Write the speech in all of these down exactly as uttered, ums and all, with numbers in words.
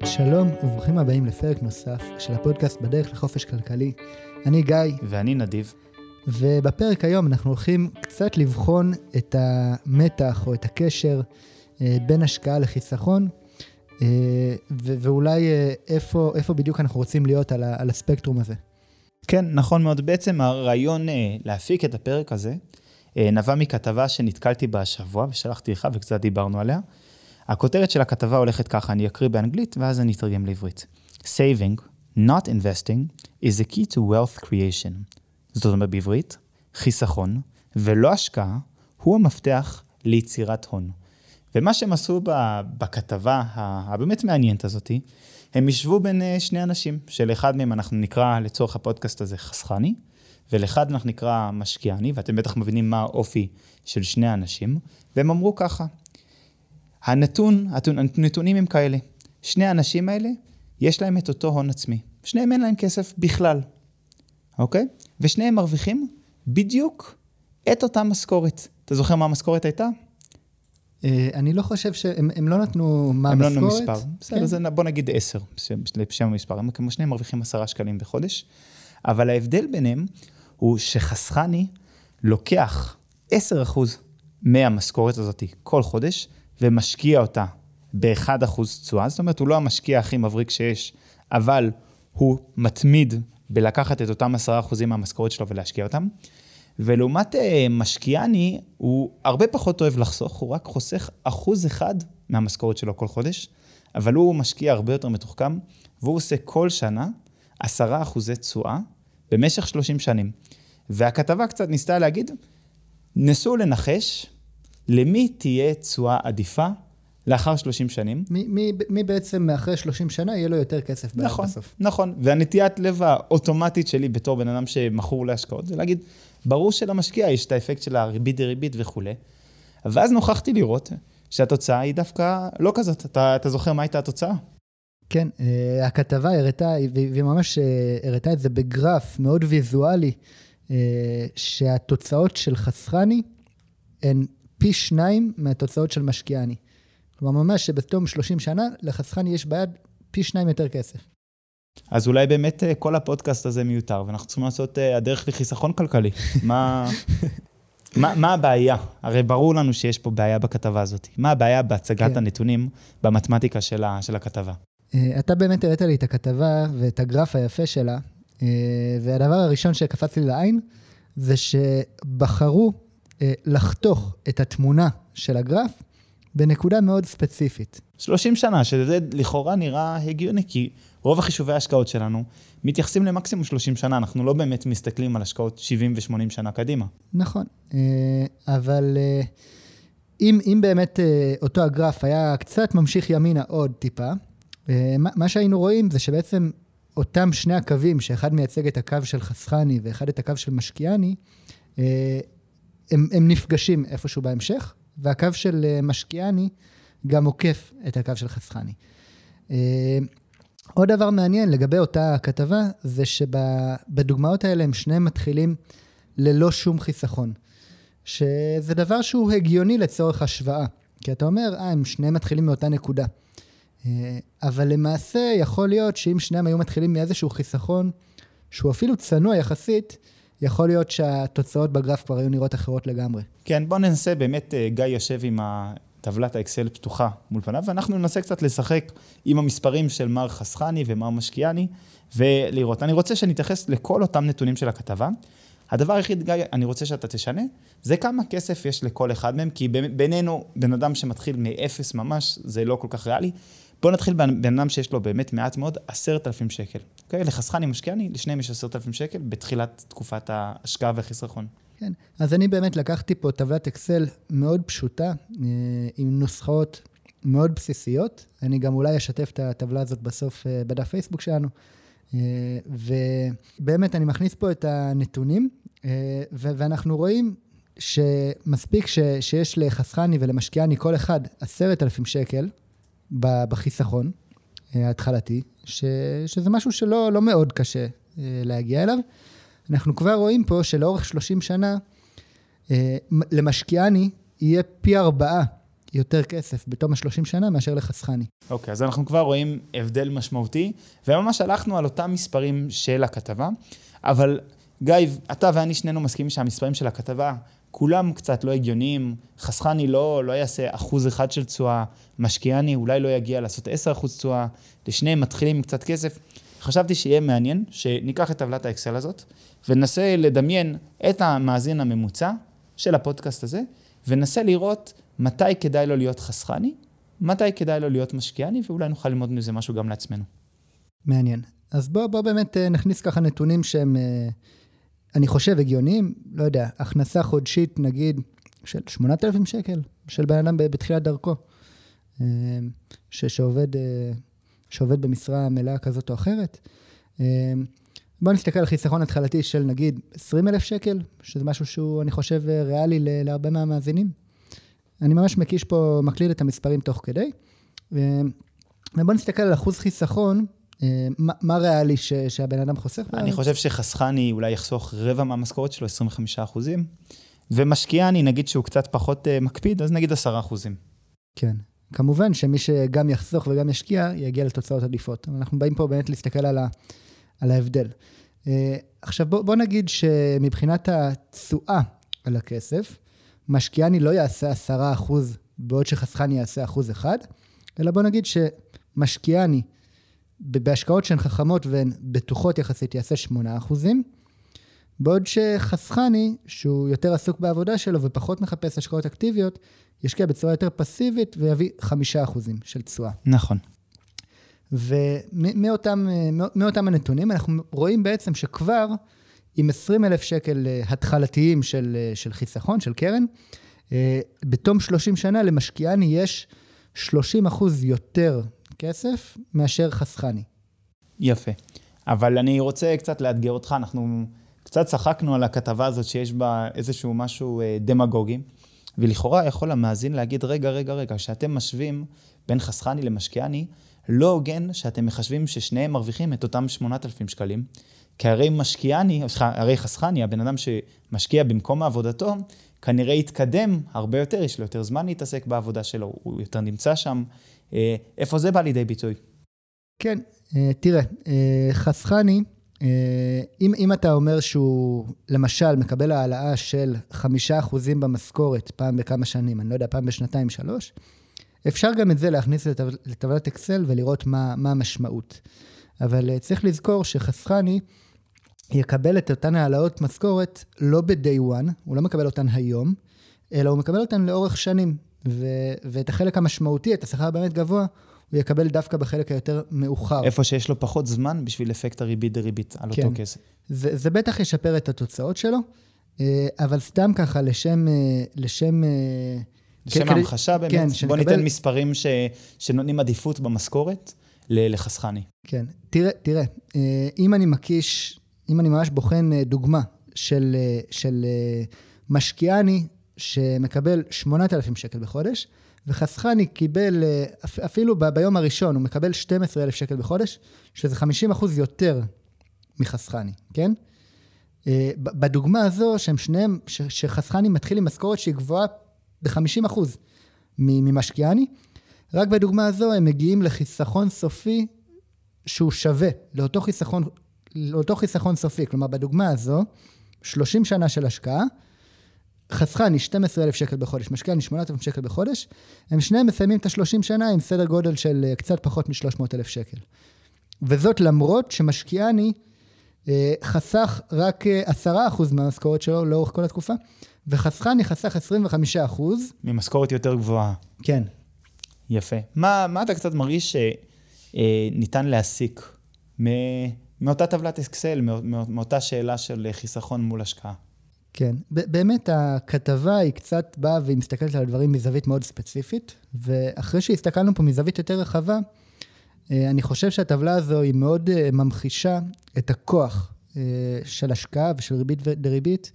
שלום וברוכים הבאים לפרק נוסף של הפודקאסט בדרך לחופש כלכלי. אני גיא. ואני נדיב. ובפרק היום אנחנו הולכים קצת לבחון את המתח או את הקשר בין השקעה לחיסכון, ו- ואולי איפה, איפה בדיוק אנחנו רוצים להיות על, ה- על הספקטרום הזה. כן, נכון מאוד. בעצם הרעיון להפיק את הפרק הזה נבע מכתבה שנתקלתי בה השבוע, ושלחתי לך וקצת דיברנו עליה. הכותרת של הכתבה הולכת ככה, אני אקריא באנגלית ואז אני אתרגם לעברית. Saving, not investing, is a key to wealth creation. זאת אומרת בעברית, חיסכון ולא השקעה הוא המפתח ליצירת הון. ומה שהם עשו בכתבה הבאמת מעניינת הזאת, הם ישבו בין שני אנשים, שלאחד מהם אנחנו נקרא לצורך הפודקאסט הזה חסכני, ולאחד אנחנו נקרא משקיעני, ואתם בטח מבינים מה האופי של שני האנשים, והם אמרו ככה, הנתון, הנתונים הם כאלה, שני האנשים האלה, יש להם את אותו הון עצמי, שניהם אין להם כסף בכלל, אוקיי? ושניהם מרוויחים בדיוק את אותה משכורת. אתה זוכר מה המשכורת הייתה? אני לא חושב שהם הם לא נתנו מה הם המשכורת. הם לא נתנו מספר, בסדר, זה, בוא נגיד עשר, בשם המספר, הם כמו שניהם מרוויחים עשרה שקלים בחודש, אבל ההבדל ביניהם הוא שחסכני לוקח עשרה אחוז מהמשכורת הזאת כל חודש, ומשקיע אותה ב-אחד אחוז תשואה, זאת אומרת, הוא לא המשקיע הכי מבריק שיש, אבל הוא מתמיד בלקחת את אותם עשרה אחוזים מהמשכורת שלו ולהשקיע אותם, ולעומת משקיעני, הוא הרבה פחות אוהב לחסוך, הוא רק חוסך אחוז אחד מהמשכורת שלו כל חודש, אבל הוא משקיע הרבה יותר מתוחכם, והוא עושה כל שנה עשרה אחוזי תשואה במשך שלושים שנים. והכתבה קצת ניסתה להגיד, נסו לנחש, למי תהיה תשואה עדיפה לאחר שלושים שנים? מי, מי, מי בעצם מאחרי שלושים שנה יהיה לו יותר כסף נכון, בסוף? נכון, והנטיית לב האוטומטית שלי בתור בן אדם שמכור להשקעות, זה להגיד, ברור שלמשקיע יש את האפקט של הריבית דריבית וכו'. ואז נוכחתי לראות שהתוצאה היא דווקא לא כזאת. אתה, אתה זוכר מה הייתה התוצאה? כן, הכתבה הראתה, והיא ממש הראתה את זה בגרף מאוד ויזואלי, שהתוצאות של חסכני הן פי שניים מהתוצאות של משקיעני. כלומר, ממש שבתום שלושים שנה, לחסכני יש ביד פי שניים יותר כסף. אז אולי באמת כל הפודקאסט הזה מיותר, ואנחנו צריכים לעשות הדרך לחיסכון כלכלי. מה, מה, מה הבעיה? הרי ברור לנו שיש פה בעיה בכתבה הזאת. מה הבעיה בהצגת כן. הנתונים במתמטיקה של, ה, של הכתבה? אתה באמת הראית לי את הכתבה ואת הגרף היפה שלה, והדבר הראשון שקפץ לי לעין, זה שבחרו לחתוך את התמונה של הגרף בנקודה מאוד ספציפית. שלושים שנה, שזה לכאורה נראה הגיוני, כי רוב החישובי ההשקעות שלנו מתייחסים למקסימום שלושים שנה, אנחנו לא באמת מסתכלים על השקעות שבעים ושמונים שנה קדימה. נכון, אבל אם, אם באמת אותו הגרף היה קצת ממשיך ימינה עוד טיפה, מה שהיינו רואים זה שבעצם אותם שני הקווים, שאחד מייצג את הקו של חסכני ואחד את הקו של משקיעני, הם, הם נפגשים איפשהו בהמשך, והקו של משקיעני גם עוקף את הקו של חסכני. עוד דבר מעניין לגבי אותה כתבה, זה שבדוגמאות האלה הם שניהם מתחילים ללא שום חיסכון. שזה דבר שהוא הגיוני לצורך השוואה. כי אתה אומר, אה, הם שניהם מתחילים מאותה נקודה. אבל למעשה יכול להיות שאם שניהם היו מתחילים מאיזשהו חיסכון, שהוא אפילו צנוע יחסית, יכול להיות שהתוצאות בגרף כבר היו נראות אחרות לגמרי. כן, בוא ננסה, באמת גיא יושב עם טבלת האקסל פתוחה מול פניו, ואנחנו ננסה קצת לשחק עם המספרים של מר חסכני ומר משקיעני, ולראות. אני רוצה שנתייחס לכל אותם נתונים של הכתבה. הדבר היחיד, גיא, אני רוצה שאתה תשנה, זה כמה כסף יש לכל אחד מהם, כי בינינו, בן אדם שמתחיל מאפס ממש, זה לא כל כך ריאלי. בוא נתחיל בן אדם שיש לו באמת מעט מאוד, עשרת אלפים שקל. אוקיי? לחסכני משקיעני, לשניהם יש עשרת אלפים שקל, בתחילת תקופת ההשקעה והחיסכון. כן, אז אני באמת לקחתי פה טבלת אקסל מאוד פשוטה, עם נוסחאות מאוד בסיסיות. אני גם אולי אשתף את הטבלה הזאת בסוף בדף פייסבוק שלנו. ובאמת אני מכניס פה את הנתונים, ואנחנו רואים שמספיק שיש לחסכני ולמשקיעני כל אחד עשרת אלפים שקל בחיסכון ההתחלתי, שזה משהו שלא לא מאוד קשה להגיע אליו. אנחנו כבר רואים פה שלאורך שלושים שנה, למשקיעני יהיה פי ארבעה יותר כסף בתום ה-שלושים שנה מאשר לחסכני. אוקיי, אז אנחנו כבר רואים הבדל משמעותי, וממש הלכנו על אותם מספרים של הכתבה, אבל גיא, אתה ואני שנינו מסכימים שהמספרים של הכתבה, כולם קצת לא הגיוניים, חסכני לא, לא יעשה אחוז אחד של תשואה, משקיעני אולי לא יגיע לעשות עשרה אחוז תשואה, לשניהם מתחילים עם קצת כסף. חשבתי שיהיה מעניין שניקח את טבלת האקסל הזאת, וננסה לדמיין את המאזין הממוצע של הפודקאסט הזה, וננסה לראות מתי כדאי לו להיות חסכני, מתי כדאי לו להיות משקיעני, ואולי נוכל ללמוד מזה משהו גם לעצמנו. מעניין. אז בוא, בוא באמת נכניס ככה נתונים שהם, אני חושב, הגיוניים, לא יודע, הכנסה חודשית, נגיד, של שמונת אלפים שקל, של בן אדם בתחילת דרכו, ש, שעובד, שעובד במשרה מלאה כזאת או אחרת. בוא נסתכל על חיסכון התחלתי של, נגיד, עשרים אלף שקל, שזה משהו שהוא, אני חושב, ריאלי להרבה מהמאזינים. אני ממש מקיש פה, מקליד את המספרים תוך כדי. ובוא נסתכל על אחוז חיסכון, מה, מה ריאלי ש, שהבן אדם חוסך? אני חושב שחסכני אולי יחסוך רבע מהמשכורת שלו, עשרים וחמישה אחוזים, ומשקיעני, נגיד שהוא קצת פחות מקפיד, אז נגיד עשרה אחוזים. כן. כמובן שמי שגם יחסוך וגם ישקיע, יגיע לתוצאות עדיפות. אנחנו באים פה באמת להסתכל על, ה, על ההבדל. עכשיו בוא, בוא נגיד שמבחינת התשואה על הכסף, משקיעני לא יעשה עשרה אחוז, בעוד שחסכני יעשה אחוז אחד, אלא בוא נגיד שמשקיעני, בהשקעות שהן חכמות והן בטוחות יחסית, יעשה שמונה אחוזים, בעוד שחסכני, שהוא יותר עסוק בעבודה שלו ופחות מחפש השקעות אקטיביות, ישקיע בצורה יותר פסיבית ויביא חמישה אחוזים של תשואה. נכון. ומאותם מאותם הנתונים אנחנו רואים בעצם שכבר עם עשרים אלף שקל התחלתיים של, של חיסכון, של קרן, בתום שלושים שנה למשקיעני יש שלושים אחוז יותר כסף מאשר חסכני. יפה. אבל אני רוצה קצת לאתגר אותך, אנחנו קצת צחקנו על הכתבה הזאת שיש בה איזשהו משהו דמגוגי, ולכאורה יכול המאזין להגיד, רגע, רגע, רגע, שאתם משווים בין חסכני למשקיעני, לא הוגן שאתם מחשבים ששניהם מרוויחים את אותם שמונת אלפים שקלים, כי הרי משקיעני, הרי חסכני, הבן אדם שמשקיע במקום העבודתו, כנראה יתקדם הרבה יותר, יש לו יותר זמן להתעסק בעבודה שלו, הוא יותר נמצא שם. איפה זה בא לידי ביטוי? כן, תראה, חסכני, אם, אם אתה אומר שהוא, למשל, מקבל העלאה של חמישה אחוזים במשכורת, פעם בכמה שנים, אני לא יודע, פעם בשנתיים, שלוש, אפשר גם את זה להכניס לטבלת אקסל ולראות מה, מה המשמעות. אבל צריך לזכור שחסכני יקבל את אותן העלאות משכורת לא ב-day one, הוא לא מקבל אותן היום, אלא הוא מקבל אותן לאורך שנים, ו- ואת החלק המשמעותי, את השכר באמת גבוה, הוא יקבל דווקא בחלק היותר מאוחר. איפה שיש לו פחות זמן בשביל אפקט הריבית דריבית על כן. אותו כסף. זה, זה בטח ישפר את התוצאות שלו, אבל סתם ככה, לשם... לשם לשם המחשה באמת, כן, בוא שנקבל... ניתן מספרים ש... שנותנים עדיפות במשכורת לחסכני. כן, תראה, תראה, אם אני מקיש, אם אני ממש בוחן דוגמה של, של משקיעני שמקבל שמונת אלפים שקל בחודש, וחסכני קיבל, אפילו ב- ביום הראשון, הוא מקבל שנים עשר אלף שקל בחודש, שזה חמישים אחוז יותר מחסכני, כן? בדוגמה הזו, שהם שניהם, ש- שחסכני מתחיל עם משכורת שהיא גבוהה ב-חמישים אחוז ממשקיעני, רק בדוגמה הזו הם מגיעים לחיסכון סופי שהוא שווה לאותו חיסכון, לאותו חיסכון סופי. כלומר, בדוגמה הזו, שלושים שנה של השקעה, חסכני שנים עשר אלף שקל בחודש, משקיעני שמונת אלפים שקל בחודש, הם שניהם מסיימים את ה-שלושים שנה עם סדר גודל של קצת פחות מ-שלוש מאות אלף שקל. וזאת למרות שמשקיעני אה, חסך רק עשרה אחוז מהמשכורת שלו לאורך כל התקופה, וחסכני חסך עשרים וחמישה אחוז. ממשכורת יותר גבוהה. כן. יפה. מה, מה אתה קצת מרגיש שניתן להסיק מאותה טבלת אקסל, מאותה שאלה של חיסכון מול השקעה? כן, באמת הכתבה היא קצת באה והיא מסתכלת על הדברים מזווית מאוד ספציפית, ואחרי שהסתכלנו פה מזווית יותר רחבה, אני חושב שהטבלה הזו היא מאוד ממחישה את הכוח של השקעה ושל ריבית דריבית,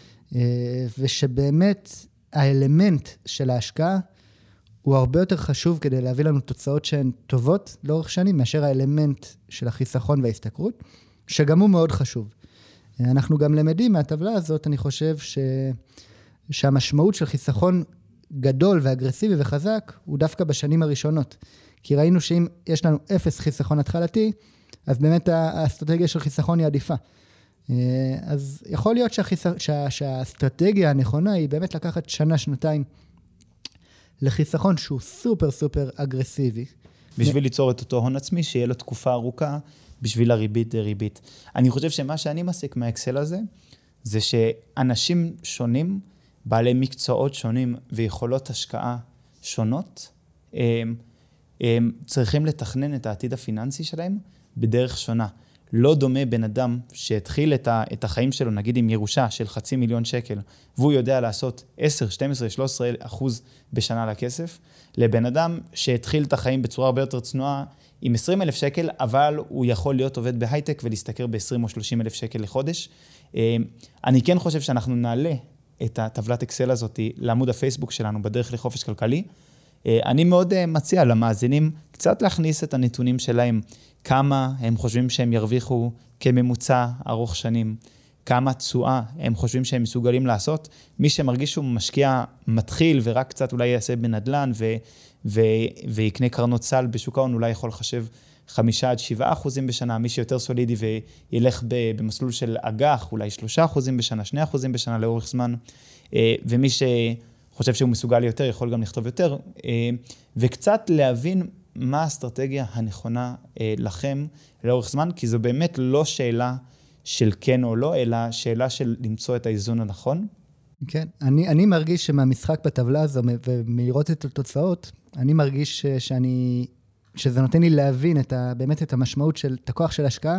ושבאמת האלמנט של ההשקעה הוא הרבה יותר חשוב כדי להביא לנו תוצאות שהן טובות לאורך שנים, מאשר האלמנט של החיסכון וההסתכרות, שגם הוא מאוד חשוב. אנחנו גם למדים מהטבלה הזאת, אני חושב ש... שהמשמעות של חיסכון גדול ואגרסיבי וחזק, הוא דווקא בשנים הראשונות. כי ראינו שאם יש לנו אפס חיסכון התחלתי, אז באמת האסטרטגיה של חיסכון היא עדיפה. אז יכול להיות שהחיס... שה... שהאסטרטגיה הנכונה היא באמת לקחת שנה, שנתיים, לחיסכון שהוא סופר סופר אגרסיבי. בשביל ליצור את אותו הון עצמי, שיהיה לו תקופה ארוכה, בשביל הריבית ריבית. אני חושב שמה שאני מסיק מהאקסל הזה, זה שאנשים שונים, בעלי מקצועות שונים ויכולות השקעה שונות, הם, הם צריכים לתכנן את העתיד הפיננסי שלהם בדרך שונה. לא דומה בן אדם שהתחיל את, ה, את החיים שלו, נגיד עם ירושה של חצי מיליון שקל, והוא יודע לעשות עשר, שתים עשרה, שלוש עשרה אחוז בשנה לכסף, לבן אדם שהתחיל את החיים בצורה הרבה יותר צנועה, עם עשרים אלף שקל, אבל הוא יכול להיות עובד בהייטק ולהסתכר ב-עשרים או שלושים אלף שקל לחודש. אני כן חושב שאנחנו נעלה את הטבלת אקסל הזאת לעמוד הפייסבוק שלנו בדרך לחופש כלכלי. אני מאוד מציע למאזינים קצת להכניס את הנתונים שלהם, כמה הם חושבים שהם ירוויחו כממוצע ארוך שנים, כמה תשואה הם חושבים שהם מסוגלים לעשות. מי שמרגיש שהוא משקיע מתחיל ורק קצת אולי יעשה בנדלן ו- ו- ויקנה קרנות סל בשוק ההון, אולי יכול לחשב חמישה עד שבעה אחוזים בשנה, מי שיותר סולידי וילך במסלול של אג"ח, אולי שלושה אחוזים בשנה, שני אחוזים בשנה לאורך זמן, ומי שחושב שהוא מסוגל יותר, יכול גם לכתוב יותר, וקצת להבין מה האסטרטגיה הנכונה לכם לאורך זמן, כי זו באמת לא שאלה של כן או לא, אלא שאלה של למצוא את האיזון הנכון. כן, אני, אני מרגיש שמהמשחק בטבלה הזו, ומלראות את התוצאות, אני מרגיש שאני... שזה נותן לי להבין את ה, באמת את המשמעות של, את הכוח של השקעה,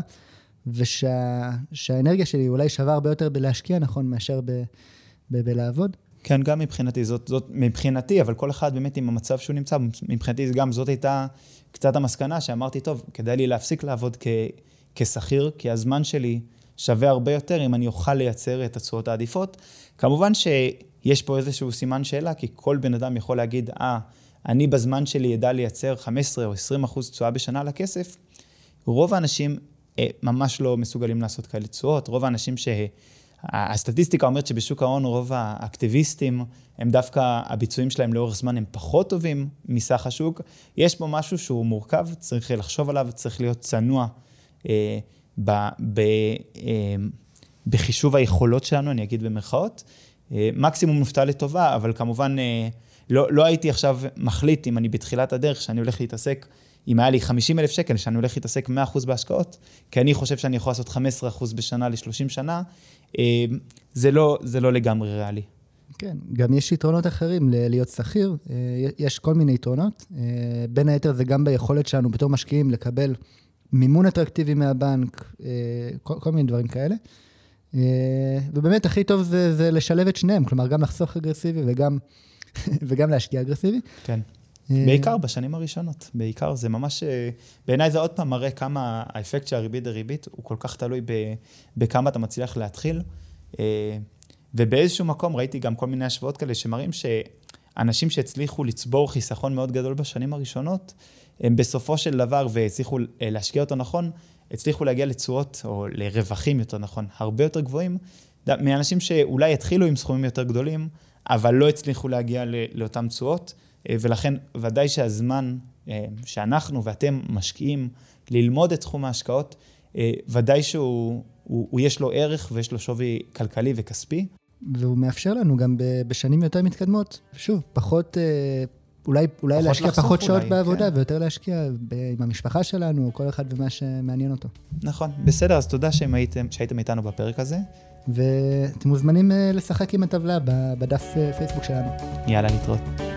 ושהאנרגיה שלי אולי שווה הרבה יותר בלהשקיע, נכון, מאשר ב, ב, בלעבוד. כן, גם מבחינתי, זאת, זאת מבחינתי, אבל כל אחד באמת עם המצב שהוא נמצא, מבחינתי גם זאת הייתה קצת המסקנה שאמרתי, טוב, כדאי לי להפסיק לעבוד כ, כשכיר, כי הזמן שלי שווה הרבה יותר אם אני אוכל לייצר את התשואות העדיפות. כמובן שיש פה איזשהו סימן שאלה, כי כל בן אדם יכול להגיד, אה, אני בזמן שלי ידע לייצר חמש עשרה או עשרים אחוז תשואה בשנה לכסף. רוב האנשים אה, ממש לא מסוגלים לעשות כאלה תשואות. רוב האנשים שהסטטיסטיקה אומרת שבשוק ההון רוב האקטיביסטים, הם דווקא הביצועים שלהם לאורך זמן הם פחות טובים מסך השוק. יש פה משהו שהוא מורכב, צריך לחשוב עליו, צריך להיות צנוע אה, ב, ב, אה, בחישוב היכולות שלנו, אני אגיד במרכאות. אה, מקסימום נופתע לטובה, אבל כמובן... אה, לא, לא הייתי עכשיו מחליט אם אני בתחילת הדרך שאני הולך להתעסק, אם היה לי חמישים אלף שקל שאני הולך להתעסק מאה אחוז בהשקעות, כי אני חושב שאני יכול לעשות חמישה עשר אחוז בשנה ל-שלושים שנה, זה לא, זה לא לגמרי ריאלי. כן, גם יש יתרונות אחרים להיות שכיר, יש כל מיני יתרונות, בין היתר זה גם ביכולת שלנו בתור משקיעים לקבל מימון אטרקטיבי מהבנק, כל, כל מיני דברים כאלה, ובאמת הכי טוב זה, זה לשלב את שניהם, כלומר גם לחסוך אגרסיבי וגם... וגם להשקיע אגרסיבי. כן. בעיקר בשנים הראשונות. בעיקר זה ממש, בעיניי זה עוד פעם מראה כמה האפקט של הריבית דריבית, הוא כל כך תלוי בכמה אתה מצליח להתחיל. ובאיזשהו מקום ראיתי גם כל מיני השוואות כאלה שמראים שאנשים שהצליחו לצבור חיסכון מאוד גדול בשנים הראשונות, הם בסופו של דבר והצליחו להשקיע אותו נכון, הצליחו להגיע לתשואות או לרווחים יותר נכון, הרבה יותר גבוהים, מאנשים שאולי התחילו עם סכומים יותר גדולים, אבל לא הצליחו להגיע לאותן תשואות, ולכן ודאי שהזמן שאנחנו ואתם משקיעים ללמוד את תחום ההשקעות, ודאי שהוא הוא, הוא יש לו ערך ויש לו שווי כלכלי וכספי. והוא מאפשר לנו גם בשנים יותר מתקדמות, שוב, פחות, אולי, אולי פחות להשקיע פחות שעות אולי, בעבודה, כן. ויותר להשקיע עם המשפחה שלנו, כל אחד ומה שמעניין אותו. נכון, בסדר, אז תודה שהייתם, שהייתם איתנו בפרק הזה. ואתם מוזמנים לשחק עם הטבלה בדף פייסבוק שלנו. יאללה, להתראות.